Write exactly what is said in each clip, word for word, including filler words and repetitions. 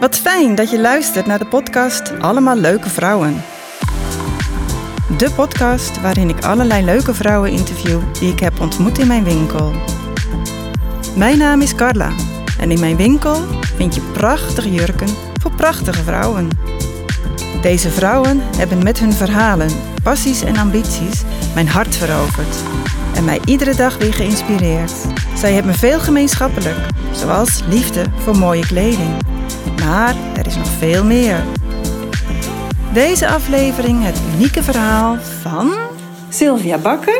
Wat fijn dat je luistert naar de podcast Allemaal Leuke Vrouwen. De podcast waarin ik allerlei leuke vrouwen interview die ik heb ontmoet in mijn winkel. Mijn naam is Carla en in mijn winkel vind je prachtige jurken voor prachtige vrouwen. Deze vrouwen hebben met hun verhalen, passies en ambities mijn hart veroverd en mij iedere dag weer geïnspireerd. Zij hebben veel gemeenschappelijk, zoals liefde voor mooie kleding. Maar er is nog veel meer. Deze aflevering het unieke verhaal van Sylvia Bakker.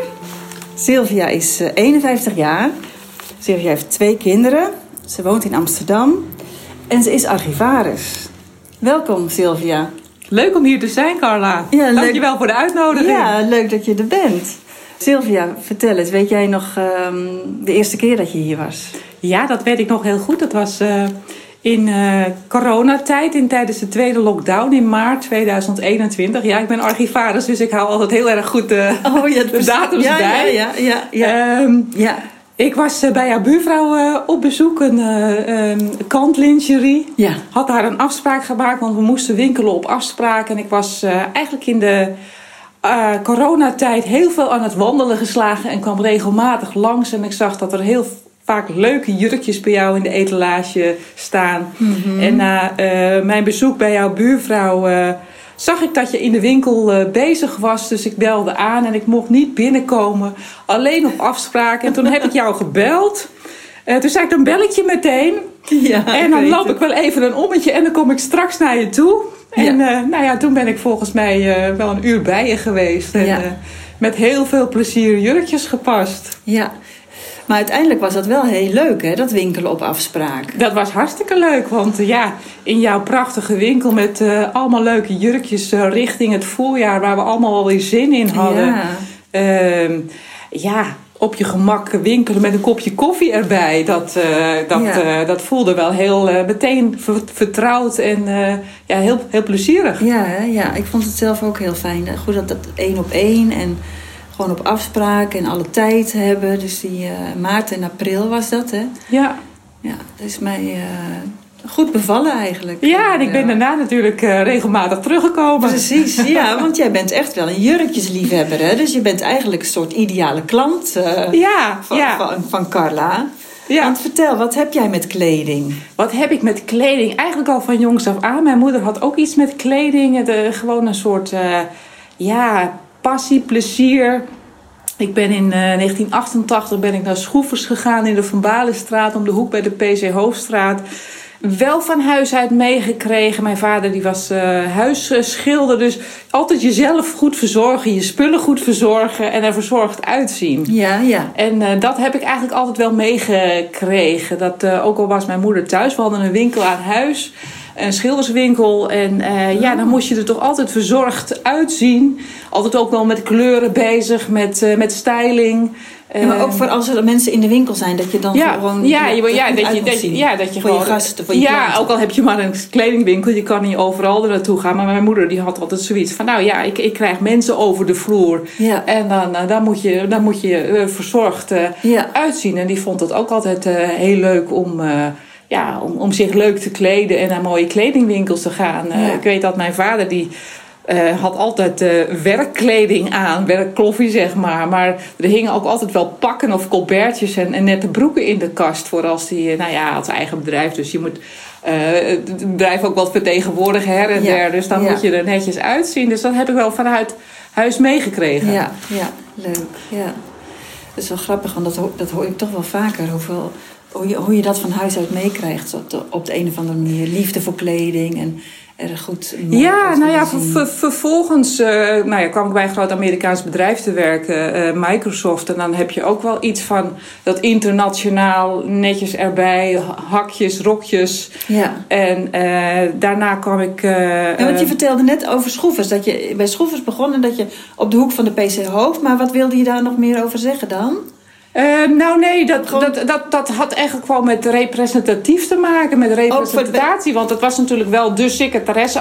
Sylvia is eenenvijftig jaar. Sylvia heeft twee kinderen. Ze woont in Amsterdam. En ze is archivaris. Welkom Sylvia. Leuk om hier te zijn, Carla. Ja, Dankjewel leuk... voor de uitnodiging. Ja, leuk dat je er bent. Sylvia, vertel eens. Weet jij nog um, de eerste keer dat je hier was? Ja, dat weet ik nog heel goed. Dat was uh, in uh, coronatijd, in, tijdens de tweede lockdown in maart tweeduizend eenentwintig. Ja, ik ben archivaris, dus ik hou altijd heel erg goed uh, oh, ja, de datums ja, bij. Ja, ja, ja. ja. Um, ja. Ik was uh, bij jouw buurvrouw uh, op bezoek, een uh, um, kantlingerie. Ja. Had daar een afspraak gemaakt, want we moesten winkelen op afspraak. En ik was uh, eigenlijk in de uh, coronatijd heel veel aan het wandelen geslagen en kwam regelmatig langs. En ik zag dat er heel vaak leuke jurkjes bij jou in de etalage staan. Mm-hmm. En na uh, mijn bezoek bij jouw buurvrouw uh, zag ik dat je in de winkel uh, bezig was. Dus ik belde aan en ik mocht niet binnenkomen. Alleen op afspraak. En toen heb ik jou gebeld. Uh, toen zei ik, dan bel ik je meteen. Ja, en dan loop ik wel even een ommetje en dan kom ik straks naar je toe. En ja. Uh, nou ja, toen ben ik volgens mij uh, wel een uur bij je geweest. En ja. uh, met heel veel plezier jurkjes gepast. Ja. Maar uiteindelijk was dat wel heel leuk, hè? Dat winkelen op afspraak. Dat was hartstikke leuk, want uh, ja, in jouw prachtige winkel met uh, allemaal leuke jurkjes uh, richting het voorjaar, waar we allemaal wel weer zin in hadden. Ja, uh, ja op je gemak winkelen met een kopje koffie erbij. Dat, uh, dat, ja. uh, dat voelde wel heel uh, meteen vertrouwd en uh, ja, heel, heel plezierig. Ja, hè? Ja, ik vond het zelf ook heel fijn. Goed dat dat één op één en gewoon op afspraak en alle tijd hebben. Dus die uh, maart en april was dat, hè? Ja. Ja, dat is mij uh, goed bevallen eigenlijk. Ja, en ik ben ja. daarna natuurlijk uh, regelmatig teruggekomen. Precies, ja, want jij bent echt wel een jurkjesliefhebber, hè? Dus je bent eigenlijk een soort ideale klant uh, ja, van, ja. Van, van Carla. Ja. Want vertel, wat heb jij met kleding? Wat heb ik met kleding? Eigenlijk al van jongs af aan. Mijn moeder had ook iets met kleding. De, gewoon een soort, uh, ja... passie, plezier. Ik ben in uh, negentien achtentachtig ben ik naar Schroefers gegaan in de Van Balenstraat om de hoek bij de P C Hoofdstraat. Wel van huis uit meegekregen. Mijn vader die was uh, huisschilder, dus altijd jezelf goed verzorgen, je spullen goed verzorgen en er verzorgd uitzien. Ja, ja. En uh, dat heb ik eigenlijk altijd wel meegekregen. Dat uh, ook al was mijn moeder thuis, we hadden een winkel aan huis. Een schilderswinkel. En uh, ja, dan moest je er toch altijd verzorgd uitzien. Altijd ook wel met kleuren bezig, met, uh, met styling. Uh, ja, maar ook voor als er mensen in de winkel zijn, dat je dan ja, gewoon ja, je, ja, dat je, dat je, ja, dat je voor gewoon, je gasten, voor je ja, klanten. ook al heb je maar een kledingwinkel, je kan niet overal er naartoe gaan. Maar mijn moeder die had altijd zoiets van, nou ja, ik, ik krijg mensen over de vloer. Ja. En dan, uh, dan moet je, dan moet je uh, verzorgd uh, ja. uitzien. En die vond het ook altijd uh, heel leuk om... Uh, Ja, om, om zich leuk te kleden en naar mooie kledingwinkels te gaan. Ja. Uh, ik weet dat mijn vader die uh, had altijd uh, werkkleding aan, werkkloffie zeg maar. Maar er hingen ook altijd wel pakken of colbertjes en, en nette broeken in de kast. Voor als hij, nou ja, had zijn eigen bedrijf. Dus je moet uh, het bedrijf ook wel vertegenwoordigen her en der. Ja. Dus dan ja. moet je er netjes uitzien. Dus dat heb ik wel vanuit huis meegekregen. Ja, ja, leuk. Ja. Dat is wel grappig, want dat hoor, dat hoor ik toch wel vaker. Hoeveel... Hoe je, hoe je dat van huis uit meekrijgt op de, op de een of andere manier. Liefde voor kleding en er goed... Ja, nou ja, ver, ver, vervolgens uh, nou ja, kwam ik bij een groot Amerikaans bedrijf te werken, uh, Microsoft. En dan heb je ook wel iets van dat internationaal, netjes erbij, hakjes, rokjes. Ja. En uh, daarna kwam ik... Uh, ja, want je vertelde net over Schroefers, dat je bij Schroefers begon en dat je op de hoek van de P C Hoofd. Maar wat wilde je daar nog meer over zeggen dan? Uh, nou nee, dat, dat, dat, dat had eigenlijk wel met representatief te maken, met representatie. Want het was natuurlijk wel de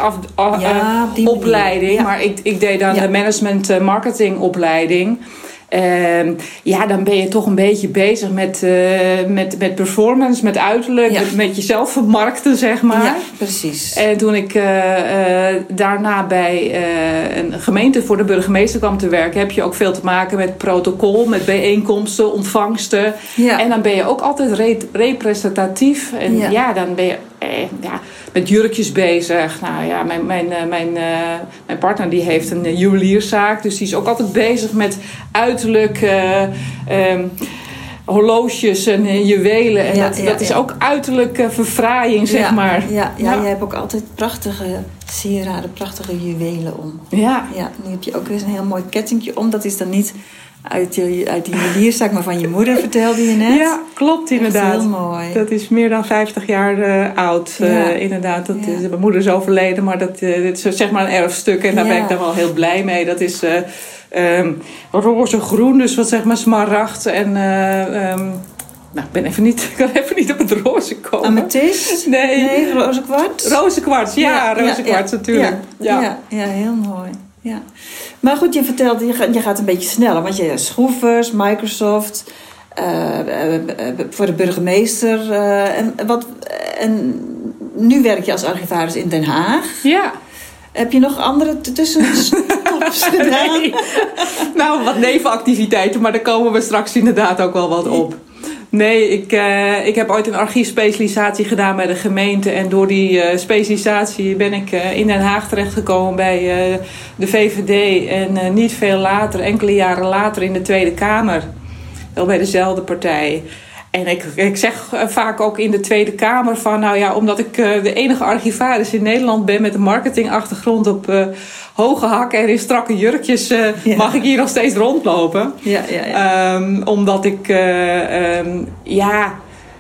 secretaresseopleiding. Ja, uh, ja. Maar ik, ik deed dan ja. de management marketing opleiding. Uh, ja, dan ben je toch een beetje bezig met, uh, met, met performance, met uiterlijk, ja. met, met jezelf vermarkten, zeg maar. Ja, precies. En toen ik uh, uh, daarna bij uh, een gemeente voor de burgemeester kwam te werken, heb je ook veel te maken met protocol, met bijeenkomsten, ontvangsten. Ja. En dan ben je ook altijd re- representatief. En ja. ja, dan ben je eh, ja, met jurkjes bezig. Nou ja, mijn, mijn, uh, mijn, uh, mijn partner die heeft een uh, juwelierszaak, dus die is ook altijd bezig met uiterlijk, uh, um, horloges en uh, juwelen. En ja, dat, ja, dat is ja. ook uiterlijke verfraaiing, zeg ja, maar. Ja, ja, ja, je hebt ook altijd prachtige sieraden, prachtige juwelen om. Ja. Ja, nu heb je ook weer een heel mooi kettingje om. Dat is dan niet uit, je, uit die juwelierszaak, maar van je moeder, vertelde je net. Ja, klopt inderdaad. Echt heel mooi. Dat is meer dan vijftig jaar uh, oud. Ja. Uh, inderdaad, dat ja. is, mijn moeder is overleden, maar dat, uh, dit is zeg maar een erfstuk. En daar ja. ben ik dan wel heel blij mee. Dat is uh, um, roze-groen, dus wat zeg maar smaragd. En uh, um, nou, ik ben even niet, ik kan even niet op het roze komen. Amethyst? Nee. Nee, roze kwarts? Roze kwarts, ja, ja roze ja, kwarts ja. natuurlijk. Ja. Ja. Ja. ja, heel mooi. Ja. Maar goed, je vertelt, je gaat, je gaat een beetje sneller. Want je hebt schroevers, Microsoft, uh, uh, uh, voor de burgemeester. Uh, en, wat, en nu werk je als archivaris in Den Haag. Ja. Heb je nog andere tussenstops gedaan? Nee. Nou, wat nevenactiviteiten, maar daar komen we straks inderdaad ook wel wat op. Nee, ik, uh, ik heb ooit een archiefspecialisatie gedaan bij de gemeente. En door die uh, specialisatie ben ik uh, in Den Haag terechtgekomen bij uh, de V V D. En uh, niet veel later, enkele jaren later, in de Tweede Kamer. Wel bij dezelfde partij. En ik, ik zeg vaak ook in de Tweede Kamer van, nou ja, omdat ik uh, de enige archivaris in Nederland ben met een marketingachtergrond op uh, hoge hakken en in strakke jurkjes, uh, ja. mag ik hier nog steeds rondlopen. Ja, ja, ja. Um, omdat ik, uh, um, ja,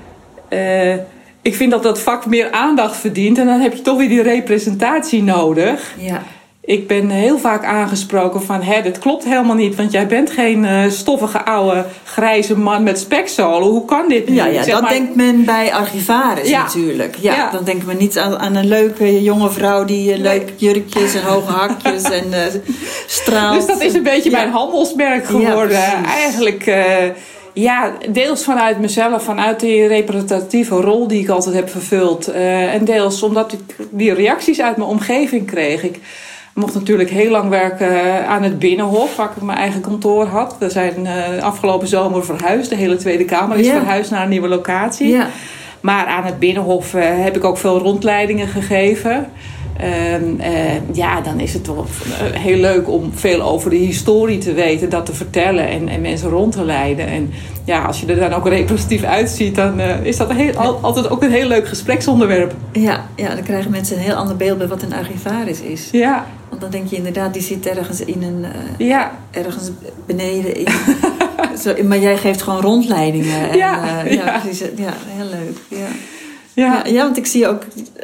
uh, ik vind dat dat vak meer aandacht verdient. En dan heb je toch weer die representatie nodig. Ja. Ik ben heel vaak aangesproken van, hé, dit klopt helemaal niet. Want jij bent geen uh, stoffige oude grijze man met spekzolen. Hoe kan dit niet? Ja, ja, zeg dat maar... denkt men bij archivaris ja. natuurlijk. Ja, ja. Dan denkt men niet aan, aan een leuke jonge vrouw die uh, leuke jurkjes en hoge hakjes en uh, straalt. Dus dat is een beetje ja. mijn handelsmerk geworden. Ja, eigenlijk... Uh, Ja, deels vanuit mezelf, vanuit die representatieve rol die ik altijd heb vervuld. Uh, en deels omdat ik die reacties uit mijn omgeving kreeg. Ik mocht natuurlijk heel lang werken aan het Binnenhof, waar ik mijn eigen kantoor had. We zijn uh, afgelopen zomer verhuisd. De hele Tweede Kamer is ja. verhuisd naar een nieuwe locatie. Ja. Maar aan het Binnenhof uh, heb ik ook veel rondleidingen gegeven. Uh, uh, ja, dan is het wel uh, heel leuk om veel over de historie te weten, dat te vertellen en, en mensen rond te leiden. En ja, als je er dan ook representatief uitziet, dan uh, is dat een heel, al, altijd ook een heel leuk gespreksonderwerp. Ja, ja, dan krijgen mensen een heel ander beeld bij wat een archivaris is. Ja. Want dan denk je inderdaad, die zit ergens in een uh, ja. ergens beneden in. Zo, maar jij geeft gewoon rondleidingen. En, ja, uh, ja, ja. Precies, ja, heel leuk. Ja. Ja. Ja, ja, want ik zie ook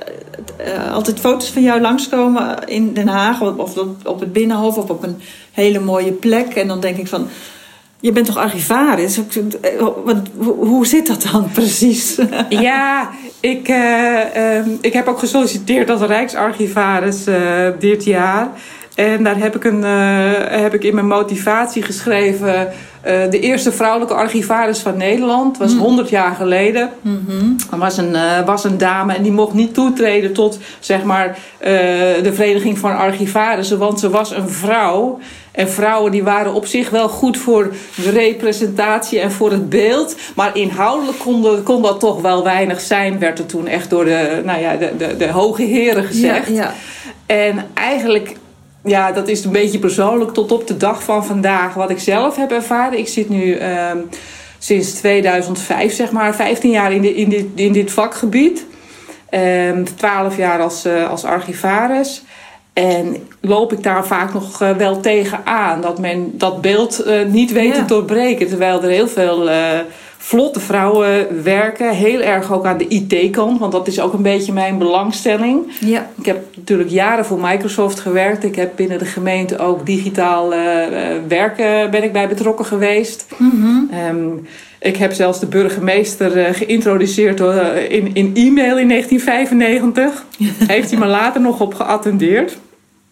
uh, altijd foto's van jou langskomen in Den Haag, of, of op het Binnenhof, of op een hele mooie plek. En dan denk ik van, je bent toch archivaris? Hoe zit dat dan precies? Ja, ik, uh, um, ik heb ook gesolliciteerd als Rijksarchivaris uh, dit jaar. En daar heb ik, een, uh, heb ik in mijn motivatie geschreven... Uh, de eerste vrouwelijke archivaris van Nederland. Was honderd jaar geleden. Mm-hmm. Er was een, uh, was een dame en die mocht niet toetreden tot zeg maar, uh, de Vereniging van Archivarissen. Want ze was een vrouw. En vrouwen die waren op zich wel goed voor de representatie en voor het beeld. Maar inhoudelijk kon, de, kon dat toch wel weinig zijn. Werd er toen echt door de, nou ja, de, de, de hoge heren gezegd. Ja, ja. En eigenlijk... Ja, dat is een beetje persoonlijk tot op de dag van vandaag. Wat ik zelf heb ervaren. Ik zit nu uh, sinds tweeduizend vijf, zeg maar, vijftien jaar in, de, in, dit, in dit vakgebied. Uh, twaalf jaar als, uh, als archivaris. En loop ik daar vaak nog uh, wel tegen aan. Dat men dat beeld uh, niet weet te ja. doorbreken. Terwijl er heel veel... Uh, vlotte vrouwen werken. Heel erg ook aan de I T-kant. Want dat is ook een beetje mijn belangstelling. Ja. Ik heb natuurlijk jaren voor Microsoft gewerkt. Ik heb binnen de gemeente ook digitaal uh, werken ben ik bij betrokken geweest. Mm-hmm. Um, ik heb zelfs de burgemeester uh, geïntroduceerd uh, in, in e-mail in negentien vijfennegentig. Heeft hij me later nog op geattendeerd.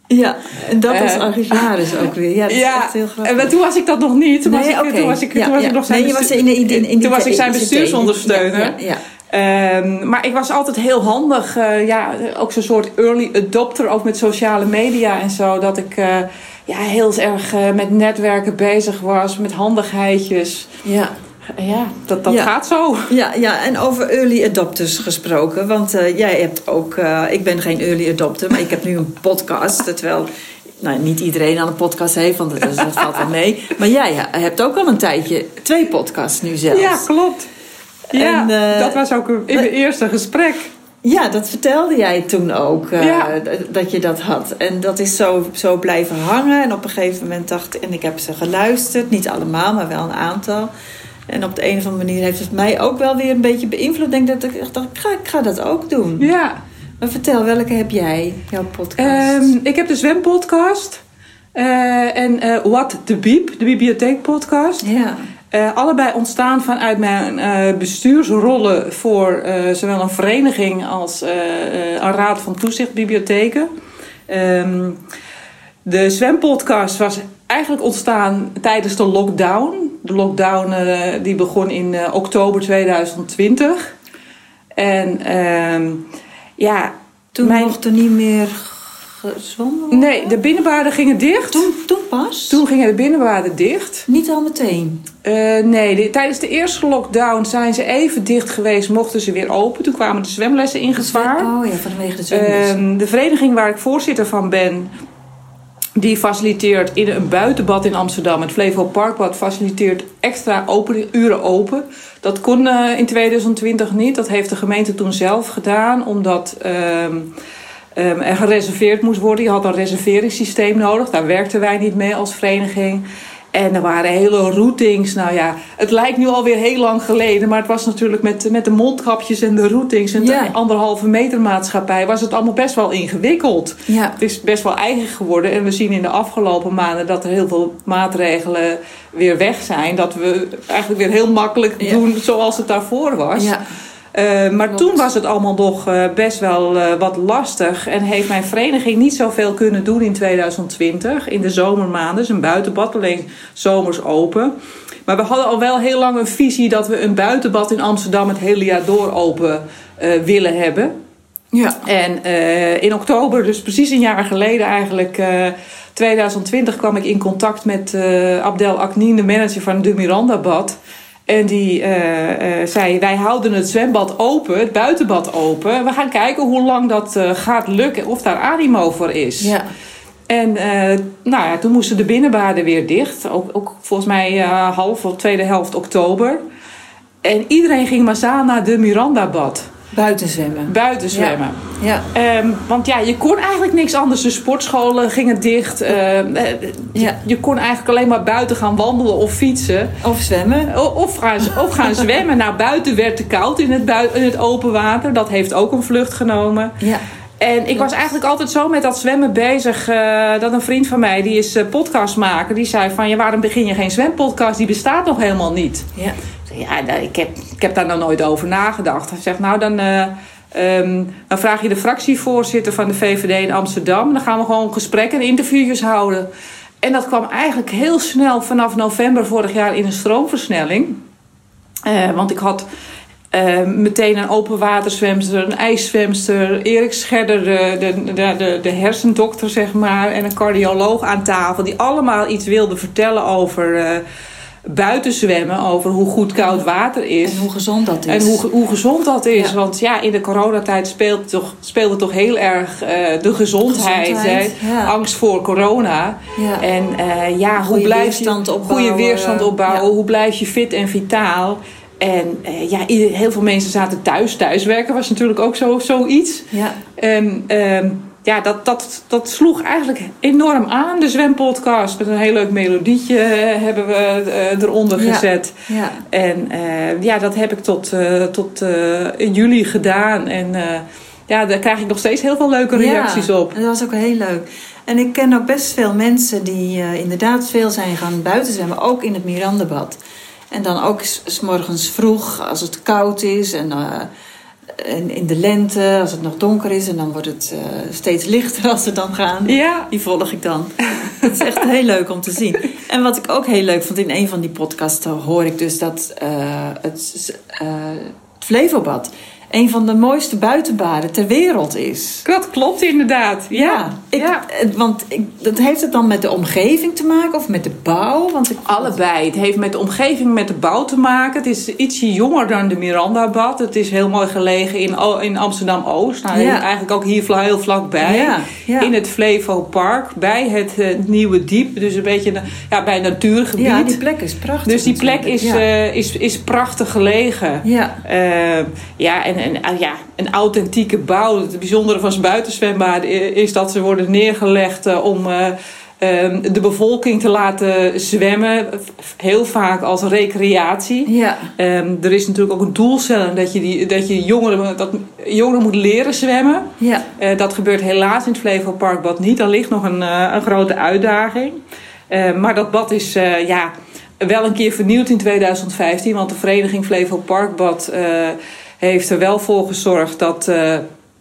Ja, en dat als Uh, archivaris ook weer. Ja, dat is ja, echt heel grappig. Maar toen was ik dat nog niet. Toen Nee, was ik, okay. toen was ik, ja, toen was ja. ik nog zijn, nee, bestu- in, in, in, in toen was ik zijn I C T. bestuursondersteuner. Ja, ja, ja. Um, maar ik was altijd heel handig. Uh, ja, ook zo'n soort early adopter, ook met sociale media en zo. Dat ik uh, ja, heel erg uh, met netwerken bezig was, met handigheidjes. Ja. Ja, dat, dat ja. gaat zo. Ja, ja, en over early adopters gesproken. Want uh, jij hebt ook... Uh, ik ben geen early adopter, maar ik heb nu een podcast. Terwijl nou, niet iedereen aan een podcast heeft, want dat, dat valt wel mee. Maar jij ja, hebt ook al een tijdje twee podcasts nu zelfs. Ja, klopt. Ja, en, uh, dat was ook in het eerste gesprek. Ja, dat vertelde jij toen ook, uh, ja. dat je dat had. En dat is zo, zo blijven hangen. En op een gegeven moment dacht ik... En ik heb ze geluisterd, niet allemaal, maar wel een aantal... En op de een of andere manier heeft het mij ook wel weer een beetje beïnvloed. Ik denk dat ik dacht, ik ga, ik ga dat ook doen. Ja. Maar vertel, welke heb jij, jouw podcast? Um, ik heb de zwempodcast. Uh, en uh, What the Biep, de bibliotheekpodcast. Ja. Uh, allebei ontstaan vanuit mijn uh, bestuursrollen voor uh, zowel een vereniging als uh, uh, een raad van toezicht bibliotheken. Um, de zwempodcast was eigenlijk ontstaan tijdens de lockdown. De lockdown uh, die begon in uh, oktober tweeduizend twintig. En uh, ja... Toen mijn... mocht er niet meer gezwommen worden? Nee, de binnenbaden gingen dicht. Toen, toen pas? Toen gingen de binnenbaden dicht. Niet al meteen? Uh, nee, de, tijdens de eerste lockdown zijn ze even dicht geweest. Mochten ze weer open. Toen kwamen de zwemlessen in gevaar. Oh ja, vanwege de zwemlessen. Uh, de vereniging waar ik voorzitter van ben... die faciliteert in een buitenbad in Amsterdam... het Flevo Parkbad faciliteert extra open, uren open. Dat kon uh, in tweeduizend twintig niet. Dat heeft de gemeente toen zelf gedaan. Omdat um, um, er gereserveerd moest worden. Je had een reserveringssysteem nodig. Daar werkten wij niet mee als vereniging. En er waren hele routings. Nou ja, het lijkt nu alweer heel lang geleden. Maar het was natuurlijk met, met de mondkapjes en de routings... en ja. de anderhalve meter maatschappij... was het allemaal best wel ingewikkeld. Ja. Het is best wel eigen geworden. En we zien in de afgelopen maanden... dat er heel veel maatregelen weer weg zijn. Dat we eigenlijk weer heel makkelijk ja. doen zoals het daarvoor was. Ja. Uh, maar Klopt. Toen was het allemaal nog uh, best wel uh, wat lastig. En heeft mijn vereniging niet zoveel kunnen doen in tweeduizend twintig. In de zomermaanden. Dus een buitenbad, alleen zomers open. Maar we hadden al wel heel lang een visie... dat we een buitenbad in Amsterdam het hele jaar door open uh, willen hebben. Ja. En uh, in oktober, dus precies een jaar geleden eigenlijk... Uh, tweeduizend twintig kwam ik in contact met uh, Abdel Aknin, de manager van de Mirandabad... En die uh, uh, zei, wij houden het zwembad open, het buitenbad open. We gaan kijken hoe lang dat uh, gaat lukken, of daar animo voor is. Ja. En uh, nou ja, toen moesten de binnenbaden weer dicht. Ook, ook volgens mij uh, half of tweede helft oktober. En iedereen ging massaal naar de Mirandabad. Buiten zwemmen. Buiten zwemmen. Ja. Ja. Um, want ja, je kon eigenlijk niks anders. De sportscholen gingen dicht. Uh, ja. Je kon eigenlijk alleen maar buiten gaan wandelen of fietsen. Of zwemmen. O, of gaan, of gaan zwemmen. Nou, buiten werd te koud in het, bui- in het open water. Dat heeft ook een vlucht genomen. Ja. En ik was eigenlijk altijd zo met dat zwemmen bezig... Uh, dat een vriend van mij, die is uh, podcastmaker... die zei van, ja, waarom begin je geen zwempodcast? Die bestaat nog helemaal niet. Ja. Ja, ik heb, ik heb daar nog nooit over nagedacht. Hij zegt, nou, dan, uh, um, dan vraag je de fractievoorzitter van de V V D in Amsterdam... dan gaan we gewoon gesprekken en interviewjes houden. En dat kwam eigenlijk heel snel vanaf november vorig jaar in een stroomversnelling. Uh, want ik had uh, meteen een openwaterzwemster, een ijszwemster... Erik Scherder, de, de, de, de, de hersendokter, zeg maar... en een cardioloog aan tafel... die allemaal iets wilden vertellen over... Uh, buiten zwemmen, over hoe goed koud water is. En hoe gezond dat is. En hoe, hoe gezond dat is. Ja. Want ja, in de coronatijd speelde toch, speelde toch heel erg uh, de gezondheid. gezondheid hè? Ja. Angst voor corona. Ja. En uh, ja, goede hoe blijf weerstand je opbouwen. goede weerstand opbouwen. Ja. Hoe blijf je fit en vitaal. En uh, ja, heel veel mensen zaten thuis. Thuiswerken was natuurlijk ook zo, zoiets. Ja. En um, ja, dat, dat, dat sloeg eigenlijk enorm aan, de zwempodcast. Met een heel leuk melodietje hebben we uh, eronder ja. gezet. Ja. En uh, ja, dat heb ik tot, uh, tot uh, in juli gedaan. En uh, ja, daar krijg ik nog steeds heel veel leuke reacties ja, op. Dat was ook heel leuk. En ik ken ook best veel mensen die uh, inderdaad veel zijn gaan buiten zwemmen. Ook in het Mirandabad. En dan ook 's morgens vroeg, als het koud is. En uh, in, in de lente, als het nog donker is. En dan wordt het uh, steeds lichter als ze dan gaan. Ja. Die volg ik dan. Het is echt heel leuk om te zien. En wat ik ook heel leuk vond, in een van die podcasts hoor ik dus dat uh, het, uh, het Flevobad een van de mooiste buitenbaden ter wereld is. Dat klopt inderdaad. Ja, ja, ik, ja. Want ik, dat heeft het dan met de omgeving te maken of met de bouw? Want ik, allebei. Het heeft met de omgeving, met de bouw te maken. Het is ietsje jonger dan de Mirandabad. Het is heel mooi gelegen in, in Amsterdam-Oost. Nou, ja. Eigenlijk ook hier heel vlakbij. Ja, ja. In het Flevopark. Bij het uh, Nieuwe Diep. Dus een beetje ja, bij het natuurgebied. Ja, die plek is prachtig. Dus die plek is, ja. uh, is, is prachtig gelegen. Ja. Uh, ja, en, en uh, ja, een authentieke bouw. Het bijzondere van buitenzwembaden is dat ze worden neergelegd uh, om uh, uh, de bevolking te laten zwemmen. Heel vaak als recreatie. Ja. Um, er is natuurlijk ook een doelstelling dat je, die, dat je jongeren, dat jongeren moet leren zwemmen. Ja. Uh, dat gebeurt helaas in het Flevoparkbad niet. Daar ligt nog een, uh, een grote uitdaging. Uh, maar dat bad is uh, ja, wel een keer vernieuwd in tweeduizend vijftien. Want de vereniging Flevoparkbad uh, heeft er wel voor gezorgd dat, uh,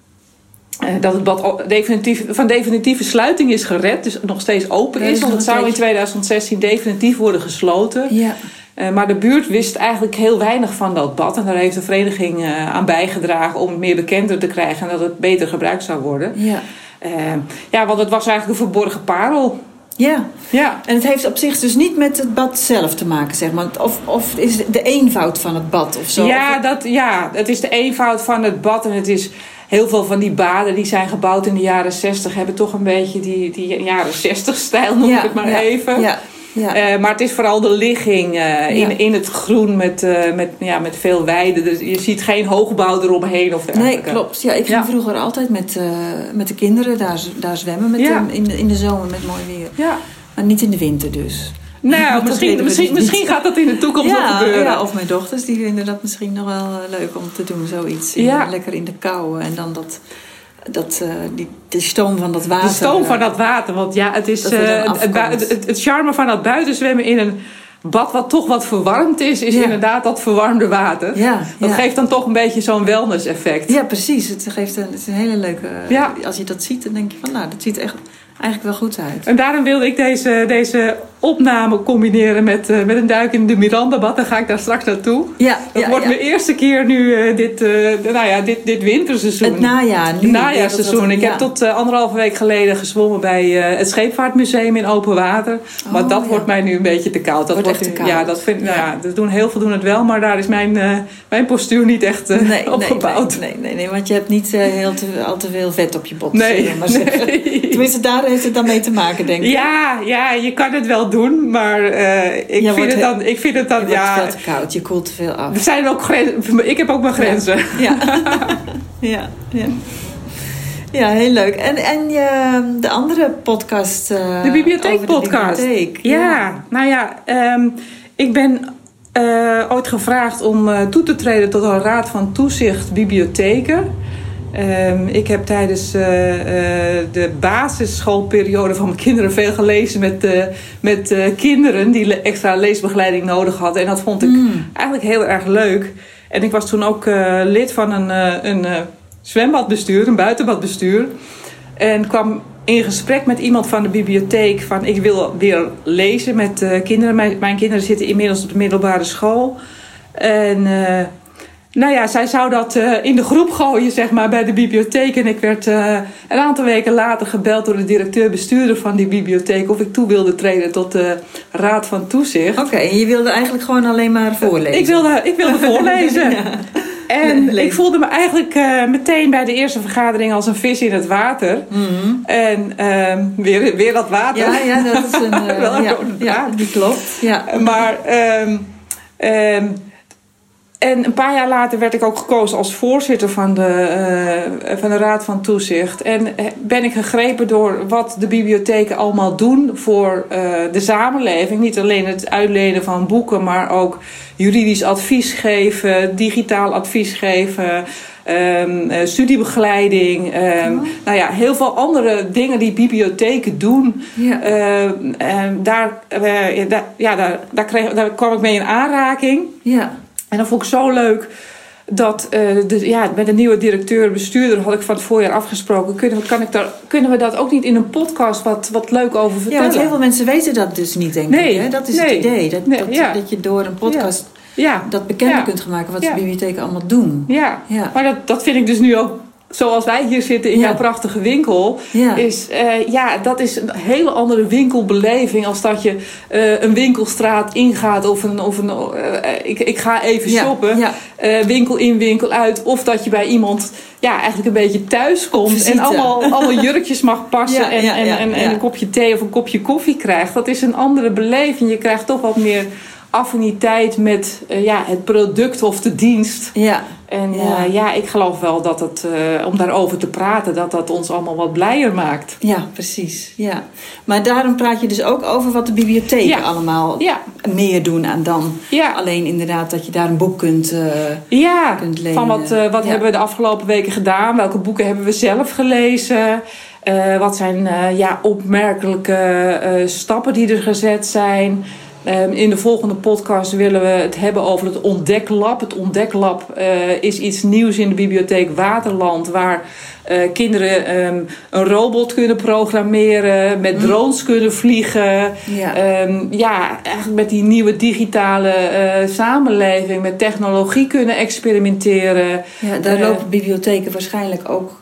dat het bad definitief, van definitieve sluiting is gered. Dus nog steeds open is. Want het zou in tweeduizend zestien definitief worden gesloten. Ja. Uh, maar de buurt wist eigenlijk heel weinig van dat bad. En daar heeft de vereniging uh, aan bijgedragen om het meer bekender te krijgen. En dat het beter gebruikt zou worden. Ja. Uh, ja, want het was eigenlijk een verborgen parel. Ja. Ja. En het heeft op zich dus niet met het bad zelf te maken, zeg maar. Of, of is het de eenvoud van het bad of zo? Ja, of... dat, ja, het is de eenvoud van het bad. En het is heel veel van die baden die zijn gebouwd in de jaren zestig... hebben toch een beetje die, die jaren zestig-stijl, noem ja, ik het maar ja, even. Ja. Ja. Uh, maar het is vooral de ligging uh, ja. in, in het groen met, uh, met, ja, met veel weiden. Dus je ziet geen hoogbouw eromheen of dergelijke. Nee, klopt. Ja, ik ging ja. vroeger altijd met, uh, met de kinderen daar, daar zwemmen met ja. de, in, de, in de zomer met mooi weer. Ja. Maar niet in de winter dus. Nou, misschien, misschien, misschien gaat dat in de toekomst ja, nog gebeuren. Ja, of mijn dochters die vinden dat misschien nog wel leuk om te doen, zoiets. Ja. Lekker in de kou en dan dat... Dat, uh, die, de stoom van dat water. De stoom van dat water. Want ja, het is uh, het, het, het, het charme van dat buitenzwemmen in een bad wat toch wat verwarmd is, is ja. inderdaad dat verwarmde water. Ja, dat ja. geeft dan toch een beetje zo'n wellness effect. Ja, precies. Het, geeft een, het is een hele leuke... Ja. Als je dat ziet, dan denk je van, nou, dat ziet er echt eigenlijk wel goed uit. En daarom wilde ik deze, deze opname combineren met, uh, met een duik in de Mirandabad. Dan ga ik daar straks naartoe. Ja, dat ja, wordt ja. mijn eerste keer nu uh, dit, uh, nou ja, dit, dit winterseizoen. Het najaar. Nu. Het najaarseizoen. Ik ja. heb tot uh, anderhalve week geleden gezwommen bij uh, het Scheepvaartmuseum in open water. Maar oh, dat ja. wordt mij nu een beetje te koud. Dat wordt, wordt echt te koud. Ja, dat vind, ja. Nou ja, dat doen heel veel doen het wel. Maar daar is mijn, uh, mijn postuur niet echt uh, nee, opgebouwd. Nee, nee, nee, nee, want je hebt niet uh, heel te, al te veel vet op je bot. Nee, maar nee. Tenminste, daar heeft het dan mee te maken, denk ik. Ja, ja, je kan het wel doen, maar uh, ik, ja, vind het dan, ik vind het dan... Je ja, wordt veel te koud, je koelt te veel af. Er zijn ook grenzen. Ik heb ook mijn grenzen. Ja, ja. ja, ja. Ja, heel leuk. En, en je, de andere podcast... Uh, de bibliotheekpodcast. De bibliotheek. Ja, ja, nou ja, um, ik ben uh, ooit gevraagd om uh, toe te treden tot een raad van toezicht bibliotheken. Um, ik heb tijdens uh, uh, de basisschoolperiode van mijn kinderen veel gelezen met, uh, met uh, kinderen die le- extra leesbegeleiding nodig hadden. En dat vond ik mm. eigenlijk heel erg leuk. En ik was toen ook uh, lid van een, uh, een uh, zwembadbestuur, een buitenbadbestuur. En kwam in gesprek met iemand van de bibliotheek van ik wil weer lezen met uh, kinderen. Mijn, mijn kinderen zitten inmiddels op de middelbare school. En... Uh, Nou ja, zij zou dat uh, in de groep gooien, zeg maar, bij de bibliotheek. En ik werd uh, een aantal weken later gebeld door de directeur-bestuurder van die bibliotheek of ik toe wilde treden tot de raad van toezicht. Oké, okay, en je wilde eigenlijk gewoon alleen maar voorlezen? Ik wilde, ik wilde voorlezen. Ja. En Lees. Ik voelde me eigenlijk uh, meteen bij de eerste vergadering als een vis in het water. Mm-hmm. En uh, weer, weer dat water. Ja, ja, dat is een... Uh, Wel, ja, ja, die klopt. Ja. Maar... Um, um, En een paar jaar later werd ik ook gekozen als voorzitter van de, uh, van de Raad van Toezicht. En ben ik gegrepen door wat de bibliotheken allemaal doen voor uh, de samenleving. Niet alleen het uitlenen van boeken, maar ook juridisch advies geven, digitaal advies geven, um, uh, studiebegeleiding. Um, oh. Nou ja, heel veel andere dingen die bibliotheken doen. Ja. Uh, en daar, uh, daar, ja, daar, daar, kreeg, daar kwam ik mee in aanraking. Ja. En dat vond ik zo leuk dat uh, de, ja, met een nieuwe directeur, bestuurder, had ik van het voorjaar afgesproken. Kunnen we, kan ik daar, kunnen we dat ook niet in een podcast wat, wat leuk over vertellen? Ja, want heel veel mensen weten dat dus niet, denk nee, ik. Hè? Dat is nee, het idee. Dat, nee, dat, ja. dat je door een podcast ja. dat bekender ja. kunt gaan maken wat ja. de bibliotheken allemaal doen. Ja, ja. maar dat, dat vind ik dus nu ook... Zoals wij hier zitten in ja. jouw prachtige winkel. Ja. Is, uh, ja, dat is een hele andere winkelbeleving. Als dat je uh, een winkelstraat ingaat. Of een, of een uh, ik, ik ga even ja. shoppen. Ja. Uh, winkel in, winkel uit. Of dat je bij iemand ja, eigenlijk een beetje thuis komt. En allemaal, allemaal jurkjes mag passen. Ja, en, ja, en, ja, en, ja. en een kopje thee of een kopje koffie krijgt. Dat is een andere beleving. Je krijgt toch wat meer affiniteit met uh, ja, het product of de dienst. Ja. En ja. Uh, ja, ik geloof wel dat het, uh, om daarover te praten, dat dat ons allemaal wat blijer maakt. Ja, precies. Ja. Maar daarom praat je dus ook over wat de bibliotheken ja. allemaal ja. meer doen aan dan ja. alleen inderdaad dat je daar een boek kunt, uh, ja. kunt lenen. Van wat, uh, wat ja. hebben we de afgelopen weken gedaan? Welke boeken hebben we zelf gelezen? Uh, wat zijn uh, ja, opmerkelijke uh, stappen die er gezet zijn? Um, in de volgende podcast willen we het hebben over het Ontdeklab. Het Ontdeklab uh, is iets nieuws in de bibliotheek Waterland, waar uh, kinderen um, een robot kunnen programmeren, met drones kunnen vliegen. Ja, um, ja eigenlijk met die nieuwe digitale uh, samenleving, met technologie kunnen experimenteren. Ja, daar uh, lopen bibliotheken waarschijnlijk ook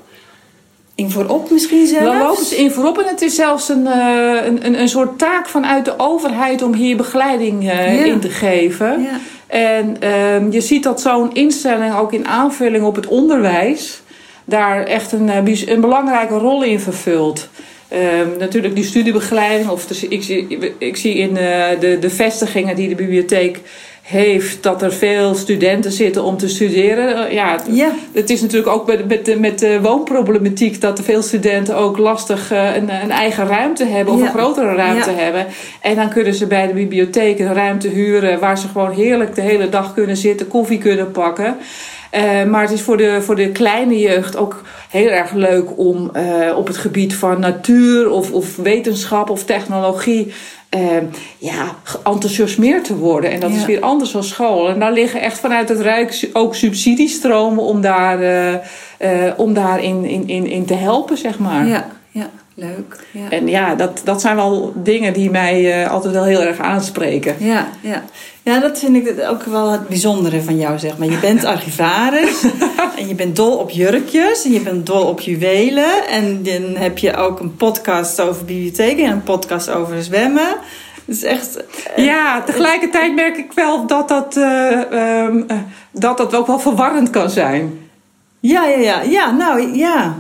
in voorop misschien zelfs? Daar lopen ze in voorop en het is zelfs een, uh, een, een soort taak vanuit de overheid om hier begeleiding uh, ja. in te geven. Ja. En uh, je ziet dat zo'n instelling ook in aanvulling op het onderwijs daar echt een, een belangrijke rol in vervult. Uh, natuurlijk die studiebegeleiding, of de, ik, zie, ik zie in uh, de, de vestigingen die de bibliotheek heeft, dat er veel studenten zitten om te studeren. Ja, ja. Het is natuurlijk ook met, met, de, met de woonproblematiek dat veel studenten ook lastig uh, een, een eigen ruimte hebben of ja. een grotere ruimte ja. hebben. En dan kunnen ze bij de bibliotheek een ruimte huren waar ze gewoon heerlijk de hele dag kunnen zitten, koffie kunnen pakken. Uh, maar het is voor de, voor de kleine jeugd ook heel erg leuk om uh, op het gebied van natuur of, of wetenschap of technologie Uh, ja, enthousiasmeerd te worden. En dat ja. is weer anders dan school. En daar liggen echt vanuit het Rijk ook subsidiestromen om daar, uh, uh, om daar in, in, in, in te helpen, zeg maar. Ja, ja. Leuk. Ja. En ja, dat, dat zijn wel dingen die mij uh, altijd wel heel erg aanspreken. Ja, ja. ja, dat vind ik ook wel het bijzondere van jou, zeg maar. Je bent archivaris en je bent dol op jurkjes en je bent dol op juwelen. En dan heb je ook een podcast over bibliotheken en een podcast over zwemmen. Het is echt... Uh, ja, tegelijkertijd merk ik wel dat dat, uh, um, uh, dat dat ook wel verwarrend kan zijn. Ja, ja, ja. Ja, nou, ja...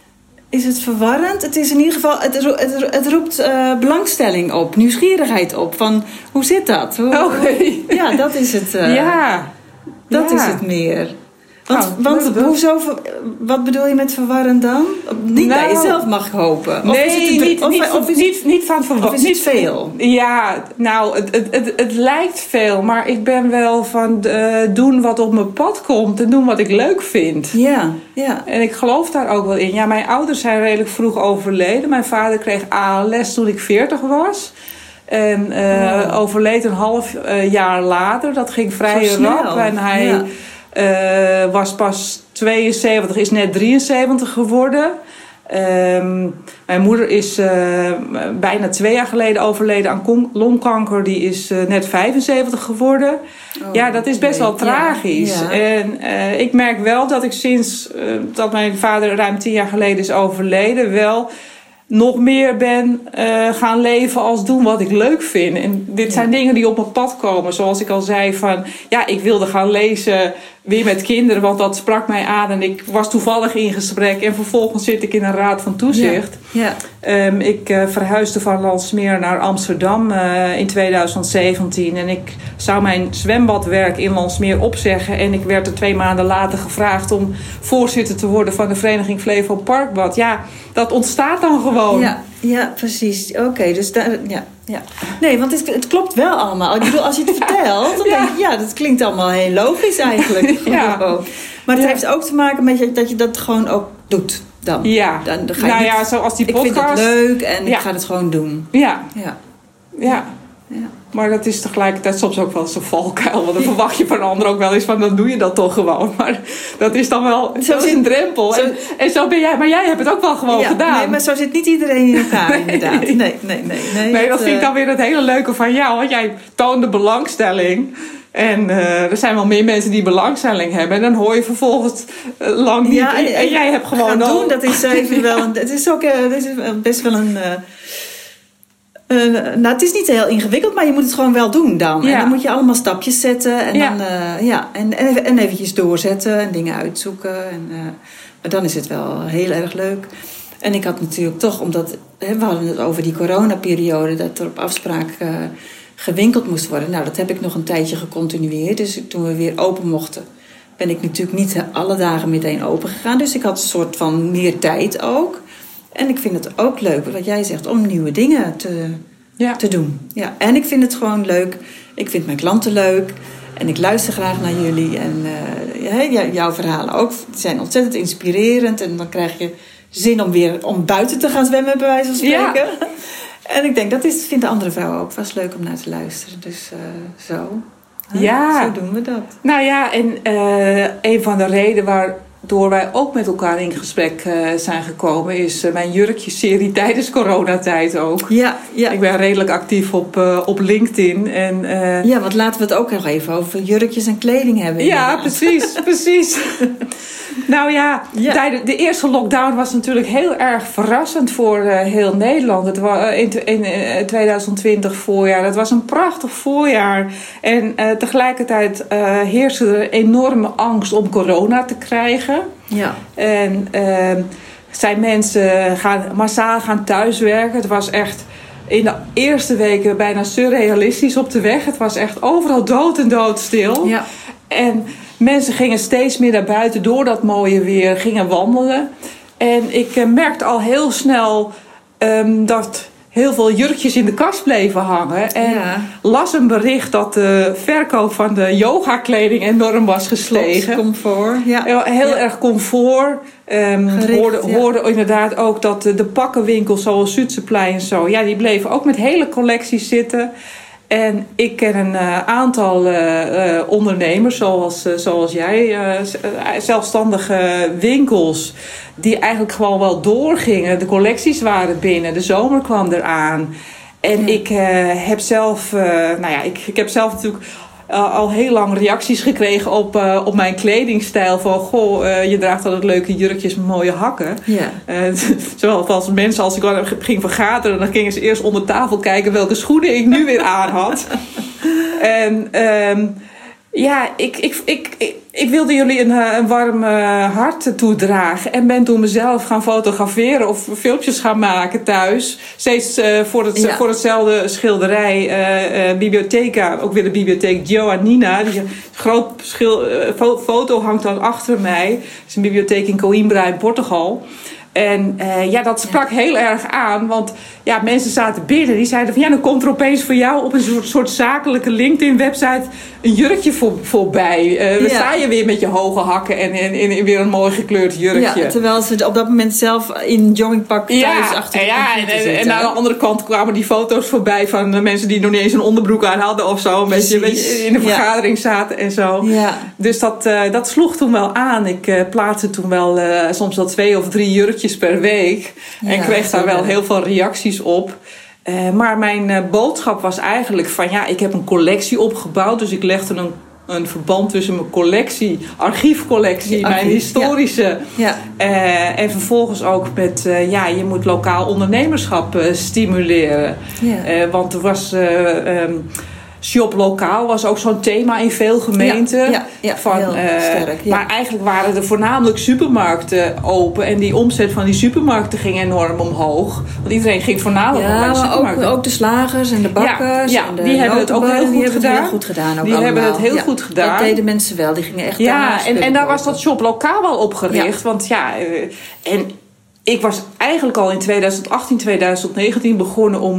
Is het verwarrend? Het is in ieder geval, het, het, het roept uh, belangstelling op, nieuwsgierigheid op. Van hoe zit dat? Hoe, oh, hey. Ja, dat is het. Uh, ja, dat ja. is het meer. Want, oh, want hoezo, wat bedoel je met verwarrend dan? Niet nou, bij jezelf mag hopen. Of nee, is het, niet, of, niet, of is, niet, niet van verwarrend. Of is het veel? Ja, nou, het, het, het, het lijkt veel. Maar ik ben wel van uh, doen wat op mijn pad komt. En doen wat ik leuk vind. Ja, ja. En ik geloof daar ook wel in. Ja, mijn ouders zijn redelijk vroeg overleden. Mijn vader kreeg A L S toen ik veertig was. En uh, oh. overleed een half uh, jaar later. Dat ging vrij rap. En hij... Ja. Uh, was pas tweeënzeventig, is net drieënzeventig geworden. Um, mijn moeder is uh, bijna twee jaar geleden overleden aan kon- longkanker. Die is uh, net vijfenzeventig geworden. Oh, ja, dat is best nee, wel tragisch. Ja, ja. En uh, ik merk wel dat ik sinds uh, dat mijn vader ruim tien jaar geleden is overleden... wel nog meer ben uh, gaan leven als doen wat ik leuk vind. En dit zijn ja. dingen die op mijn pad komen. Zoals ik al zei van... ja, ik wilde gaan lezen weer met kinderen... want dat sprak mij aan. En ik was toevallig in gesprek. En vervolgens zit ik in een raad van toezicht. Ja. Ja. Um, ik uh, verhuisde van Landsmeer naar Amsterdam uh, in tweeduizend zeventien. En ik zou mijn zwembadwerk in Landsmeer opzeggen. En ik werd er twee maanden later gevraagd... om voorzitter te worden van de vereniging Flevo Parkbad. Ja, dat ontstaat dan gewoon. Ja, ja precies. Oké, okay, dus daar... Ja. Ja. Nee, want het, het klopt wel allemaal. Ik bedoel, als je het vertelt, dan ja. denk je, ja, dat klinkt allemaal heel logisch eigenlijk. Ja. Maar het ja. heeft ook te maken met dat je dat gewoon ook doet. Dan. Ja, dan, dan ga je nou niet, ja, zoals die podcast. Ik vind het leuk en ja. ik ga het gewoon doen. Ja. Ja. Ja. ja. Maar dat is tegelijkertijd soms ook wel eens een valkuil. Want dan verwacht je van anderen ook wel eens van, dan doe je dat toch gewoon. Maar dat is dan wel zo dat is een drempel. Zo, en, en zo ben jij, maar jij hebt het ook wel gewoon ja, gedaan. Nee, maar zo zit niet iedereen in elkaar nee, inderdaad. Nee, nee, nee. Nee, nee, nee dat vind ik dan weer het hele leuke van jou. Want jij toont de belangstelling. En uh, er zijn wel meer mensen die belangstelling hebben. En dan hoor je vervolgens uh, lang niet. Ja, en, en, en jij hebt gewoon al... doen, dat is even wel een... Het is ook uh, het is best wel een... Uh, Uh, nou, het is niet heel ingewikkeld, maar je moet het gewoon wel doen dan. Ja. En dan moet je allemaal stapjes zetten en, ja. dan, uh, ja, en, en, en eventjes doorzetten en dingen uitzoeken. En, uh, maar dan is het wel heel erg leuk. En ik had natuurlijk toch, omdat hè, we hadden het over die coronaperiode, dat er op afspraak uh, gewinkeld moest worden. Nou, dat heb ik nog een tijdje gecontinueerd. Dus toen we weer open mochten, ben ik natuurlijk niet alle dagen meteen open gegaan. Dus ik had een soort van meer tijd ook. En ik vind het ook leuk, wat jij zegt, om nieuwe dingen te, ja. te doen. Ja. En ik vind het gewoon leuk. Ik vind mijn klanten leuk. En ik luister graag naar jullie. En uh, ja, jouw verhalen ook. Die zijn ontzettend inspirerend. En dan krijg je zin om weer om buiten te gaan zwemmen, bij wijze van spreken. Ja. En ik denk, dat is, vinden andere vrouwen ook vast leuk om naar te luisteren. Dus uh, zo. Huh? Ja. Zo doen we dat. Nou ja, en uh, een van de redenen waar... door wij ook met elkaar in gesprek uh, zijn gekomen... is uh, mijn jurkjeserie tijdens coronatijd ook. Ja, ja. Ik ben redelijk actief op, uh, op LinkedIn. En, uh, ja, want laten we het ook nog even over jurkjes en kleding hebben. Ja, inderdaad. precies, precies. Nou ja, ja. Tijdens de eerste lockdown was natuurlijk heel erg verrassend voor uh, heel Nederland. Het was uh, in, in uh, twintig twintig voorjaar. Het was een prachtig voorjaar. En uh, tegelijkertijd uh, heerste er enorme angst om corona te krijgen. Ja. En uh, zijn mensen gaan massaal gaan thuiswerken. Het was echt in de eerste weken bijna surrealistisch op de weg. Het was echt overal dood en doodstil. Ja. En mensen gingen steeds meer naar buiten door dat mooie weer, gingen wandelen. En ik uh, merkte al heel snel um, dat heel veel jurkjes in de kast bleven hangen. En ja. las een bericht dat de verkoop van de yogakleding enorm was gestegen. Klopt, comfort. Ja. Heel ja. erg comfort. Um, Gericht, hoorde, ja. hoorde inderdaad ook dat de, de pakkenwinkels zoals Zuidseplei en zo... ja, die bleven ook met hele collecties zitten... En ik ken een uh, aantal uh, uh, ondernemers, zoals, uh, zoals jij, uh, zelfstandige winkels, die eigenlijk gewoon wel doorgingen. De collecties waren binnen, de zomer kwam eraan. En ja. ik uh, heb zelf, uh, nou ja, ik, ik heb zelf natuurlijk uh, al heel lang reacties gekregen op, uh, op mijn kledingstijl. Van, goh, uh, je draagt altijd leuke jurkjes met mooie hakken. Ja. Uh, zowel als mensen, als ik ging vergaderen, dan gingen ze eerst onder tafel kijken welke schoenen ik nu weer aan had. En um, ja, ik, ik, ik, ik, ik wilde jullie een, een warm uh, hart toedragen. En ben toen mezelf gaan fotograferen of filmpjes gaan maken thuis. Steeds uh, voor, het, ja. voor hetzelfde schilderij. Uh, uh, bibliotheca, ook weer de bibliotheek Joannina. Die groot schil, uh, foto hangt dan achter mij. Het is een bibliotheek in Coimbra in Portugal. En uh, ja, dat sprak heel erg aan. Want ja, mensen zaten binnen. Die zeiden van ja, dan komt er opeens voor jou op een soort, soort zakelijke LinkedIn-website een jurkje voor, voorbij. Uh, dan ja. sta je weer met je hoge hakken en in, in, in weer een mooi gekleurd jurkje. Ja, terwijl ze op dat moment zelf in joggingpak thuis ja, achter de ja, en, en, en aan de andere kant kwamen die foto's voorbij van de mensen die nog niet eens een onderbroek aan hadden of zo. Een beetje, een beetje in de vergadering ja. zaten en zo. Ja. Dus dat, uh, dat sloeg toen wel aan. Ik uh, plaatste toen wel uh, soms wel twee of drie jurkjes per week. En ja, kreeg daar wel heel veel reacties op. Uh, maar mijn uh, boodschap was eigenlijk van ja, ik heb een collectie opgebouwd. Dus ik legde een, een verband tussen mijn collectie, archiefcollectie, archief, mijn historische. Ja. Ja. Uh, en vervolgens ook met uh, ja, je moet lokaal ondernemerschap uh, stimuleren. Ja. Uh, want er was Uh, um, Shop lokaal was ook zo'n thema in veel gemeenten. Ja, ja, ja, van, heel uh, sterk. Ja. Maar eigenlijk waren er voornamelijk supermarkten open. En die omzet van die supermarkten ging enorm omhoog. Want iedereen ging voornamelijk ja, naar de supermarkten. Ook, ook de slagers en de bakkers. Ja, ja en de die hebben het ook heel goed die gedaan. Heel goed gedaan ook die allemaal. hebben het heel ja, goed gedaan. Dat deden mensen wel. Die gingen echt Ja, en, en daar was dat Shop lokaal wel op gericht. Ja. Want ja, uh, en ik was eigenlijk al in twintig achttien, twintig negentien begonnen om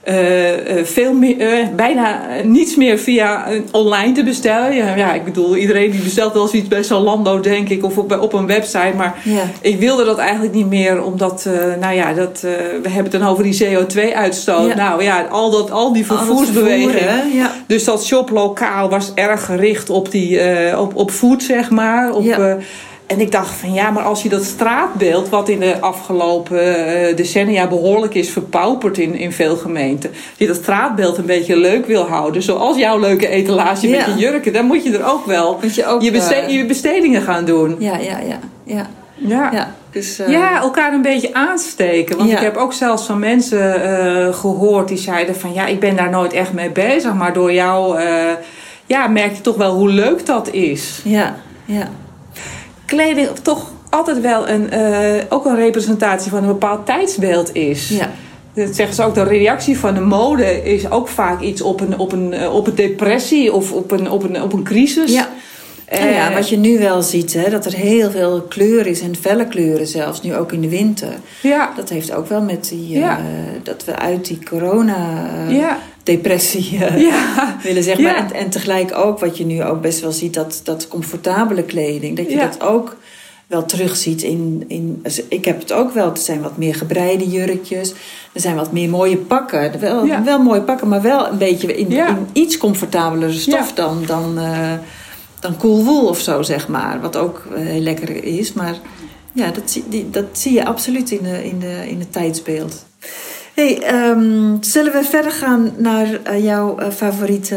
Uh, uh, veel meer, uh, bijna niets meer via uh, online te bestellen. Ja, ja, ik bedoel, iedereen die bestelt wel eens iets bij Zalando, denk ik, of op, op een website. Maar ja. ik wilde dat eigenlijk niet meer, omdat, uh, nou ja, dat, uh, we hebben het dan over die C O twee uitstoot. Ja. Nou ja, al, dat, al die vervoersbeweging. Ja. Dus dat shoplokaal was erg gericht op, die, uh, op, op food, zeg maar. Op, ja. uh, En ik dacht van ja, maar als je dat straatbeeld, wat in de afgelopen uh, decennia behoorlijk is verpauperd in, in veel gemeenten, als je dat straatbeeld een beetje leuk wil houden, zoals jouw leuke etalage ja. met je jurken, dan moet je er ook wel je, ook, je, beste- je bestedingen gaan doen. Ja, ja, ja. ja. Ja. Ja, dus, uh... ja, elkaar een beetje aansteken. Want ja. ik heb ook zelfs van mensen uh, gehoord die zeiden van ja, ik ben daar nooit echt mee bezig, maar door jou uh, ja, merk je toch wel hoe leuk dat is. Ja, ja. Kleding toch altijd wel een, uh, ook een representatie van een bepaald tijdsbeeld is. Ja. Dat zeggen ze ook, de reactie van de mode is ook vaak iets op een, op een, op een depressie of op een, op een, op een crisis. Ja. Uh, ja, wat je nu wel ziet, hè, dat er heel veel kleur is en felle kleuren zelfs, nu ook in de winter. Ja. Dat heeft ook wel met die, uh, ja. dat we uit die corona... Uh, ja. depressie uh, ja. willen zeggen. Ja. Maar en, en tegelijk ook wat je nu ook best wel ziet, dat, dat comfortabele kleding, dat je ja. dat ook wel terugziet in, in... Ik heb het ook wel, er zijn wat meer gebreide jurkjes, er zijn wat meer mooie pakken. Wel, ja. wel mooie pakken, maar wel een beetje in, ja. in iets comfortabelere stof ja. dan, dan, uh, dan cool wool of zo, zeg maar. Wat ook uh, heel lekker is, maar ja, dat zie, die, dat zie je absoluut in, de, in, de, in het tijdsbeeld. Hey, um, zullen we verder gaan naar uh, jouw uh, favoriete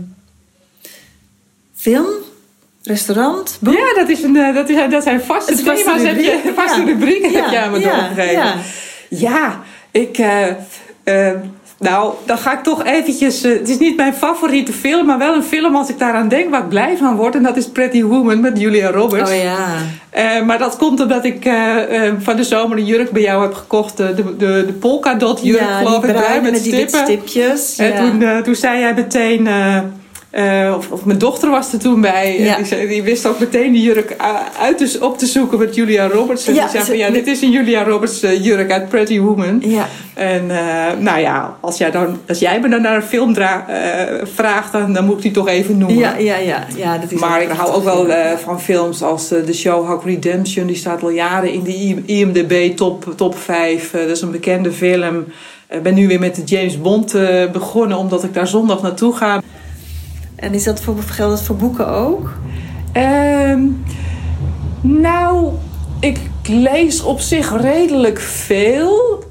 film, restaurant, boek? Ja, dat, is een, uh, dat, is, dat zijn vaste thema's, heb je, vaste ja. rubrieken ja. heb jij me ja. doorgegeven. Ja, ja ik... Uh, uh, nou, dan ga ik toch eventjes... Uh, het is niet mijn favoriete film, maar wel een film als ik daaraan denk waar ik blij van word. En dat is Pretty Woman met Julia Roberts. Oh ja. Uh, maar dat komt omdat ik uh, uh, van de zomer een jurk bij jou heb gekocht. Uh, de, de, de polka dot jurk, ja, geloof ik, bij met, met stippen. Die stipjes. En ja. toen, uh, toen zei jij meteen... Uh, Uh, of, of mijn dochter was er toen bij. Ja. Die, zei, die wist ook meteen die jurk uit te, op te zoeken met Julia Roberts. En ja, die zei van ja, dit is een Julia Roberts uh, jurk uit Pretty Woman. Ja. En uh, nou ja, als jij, dan, als jij me dan naar een film dra- uh, vraagt, dan, dan moet ik die toch even noemen. Ja, ja, ja. ja dat is maar ik hou ook wel uh, van films als uh, The Shawshank Redemption. Die staat al jaren in de I M D B top, top vijf. Uh, dat is een bekende film. Ik uh, ben nu weer met de James Bond uh, begonnen, omdat ik daar zondag naartoe ga. En is dat voor, geldt dat voor boeken ook? Um, nou, ik lees op zich redelijk veel.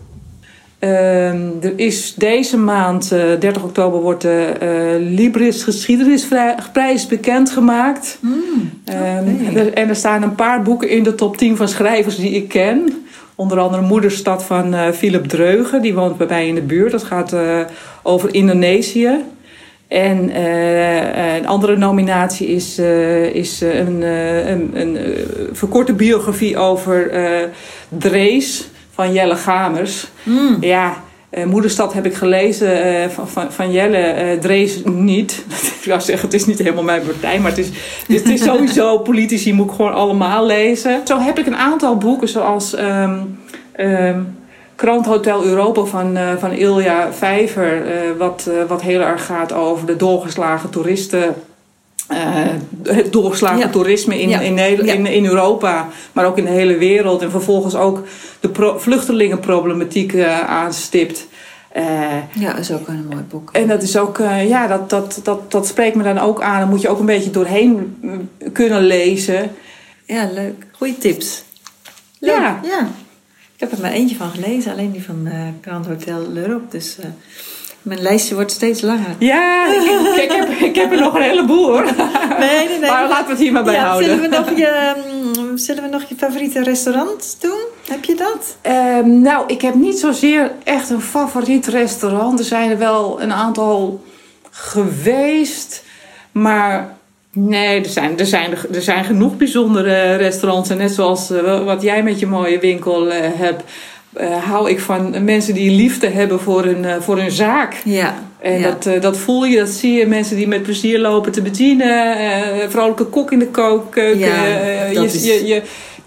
Um, er is deze maand, uh, dertig oktober, wordt de uh, Libris Geschiedenisprijs bekendgemaakt. Mm, okay. um, en, er, en er staan een paar boeken in de top tien van schrijvers die ik ken. Onder andere Moederstad van uh, Philip Dreugen, die woont bij mij in de buurt. Dat gaat uh, over Indonesië. En uh, een andere nominatie is, uh, is een, uh, een, een uh, verkorte biografie over uh, Drees van Jelle Gamers. Mm. Ja, uh, Moederstad heb ik gelezen uh, van, van, van Jelle, uh, Drees niet. Ik zou zeggen, het is niet helemaal mijn partij, maar het is, het is sowieso politici moet ik gewoon allemaal lezen. Zo heb ik een aantal boeken zoals... Um, um, Krant Hotel Europa van, uh, van Ilja Vijver, uh, wat, uh, wat heel erg gaat over de doorgeslagen toeristen, uh, het doorgeslagen ja. toerisme in, ja. in, in, in, in Europa, maar ook in de hele wereld. En vervolgens ook de pro- vluchtelingenproblematiek uh, aanstipt. Uh, ja, dat is ook een mooi boek. En dat is ook, uh, ja, dat, dat, dat, dat spreekt me dan ook aan. Dan moet je ook een beetje doorheen kunnen lezen. Ja, leuk. Goeie tips. Leuk. Ja. ja. Ik heb er maar eentje van gelezen, alleen die van uh, Grand Hotel L'Europe. Dus uh, mijn lijstje wordt steeds langer. Ja, ik, ik, ik, heb, ik heb er nog een heleboel hoor. Nee, nee, nee. Maar laten we het hier maar bij ja, houden. Zullen we, nog je, um, zullen we nog je favoriete restaurant doen? Heb je dat? Um, nou, ik heb niet zozeer echt een favoriet restaurant. Er zijn er wel een aantal geweest. Maar... Nee, er zijn, er, zijn, er zijn genoeg bijzondere restaurants. En net zoals uh, wat jij met je mooie winkel uh, hebt... Uh, hou ik van mensen die liefde hebben voor hun, uh, voor hun zaak. Ja, en ja. Dat, uh, dat voel je, dat zie je. Mensen die met plezier lopen te bedienen. Uh, vrolijke kok in de keuken. Ja, uh, dat je, is... je, je,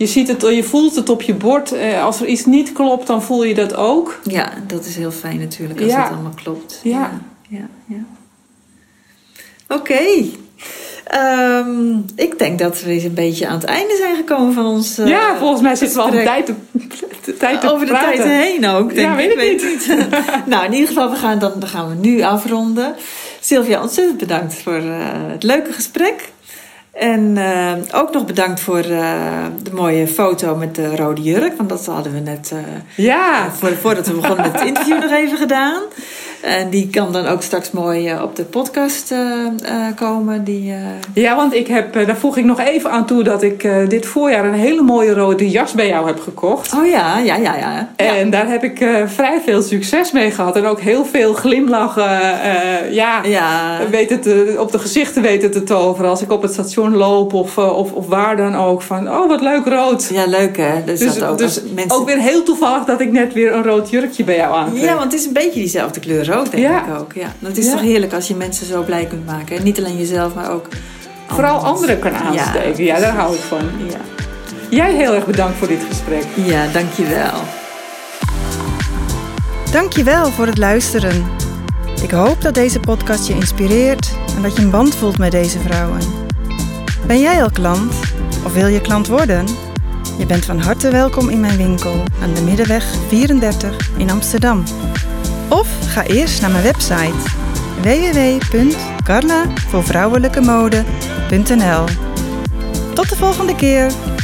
je ziet het, je voelt het op je bord. Uh, als er iets niet klopt, dan voel je dat ook. Ja, dat is heel fijn natuurlijk als ja. het allemaal klopt. Ja. ja, ja, ja. Oké. Okay. Um, ik denk dat we eens een beetje aan het einde zijn gekomen van ons uh, Ja, volgens mij zitten we al de tijd te, de tijd te Over de praten. tijd heen ook, denk ja, ik. weet ik weet niet. Nou, in ieder geval, we gaan, dan, dan gaan we nu afronden. Sylvia, ontzettend bedankt voor uh, het leuke gesprek. En uh, ook nog bedankt voor uh, de mooie foto met de rode jurk. Want dat hadden we net, uh, ja. voor, voordat we begonnen met het interview nog even gedaan. En die kan dan ook straks mooi uh, op de podcast uh, uh, komen. Die, uh... Ja, want ik heb, uh, daar voeg ik nog even aan toe dat ik uh, dit voorjaar een hele mooie rode jas bij jou heb gekocht. Oh ja, ja, ja, ja. En ja. daar heb ik uh, vrij veel succes mee gehad. En ook heel veel glimlachen. Uh, ja, ja. Weet het, uh, op de gezichten weten te toveren. Als ik op het station loop of, uh, of, of waar dan ook. Van, oh, wat leuk rood. Ja, leuk hè. Dus, dus dat ook, dus mensen... ook weer heel toevallig dat ik net weer een rood jurkje bij jou aantrek. Ja, want het is een beetje diezelfde kleur rood, denk ja. ik ook. Ja. Dat is ja. toch heerlijk als je mensen zo blij kunt maken. En niet alleen jezelf, maar ook vooral anderen kan aansteken. Ja, ja, daar hou ik van. Ja. Jij heel erg bedankt voor dit gesprek. Ja, dankjewel. Dankjewel voor het luisteren. Ik hoop dat deze podcast je inspireert en dat je een band voelt met deze vrouwen. Ben jij al klant of wil je klant worden? Je bent van harte welkom in mijn winkel aan de Middenweg vierendertig in Amsterdam. Of ga eerst naar mijn website w w w punt carla voor vrouwelijke mode punt n l. Tot de volgende keer!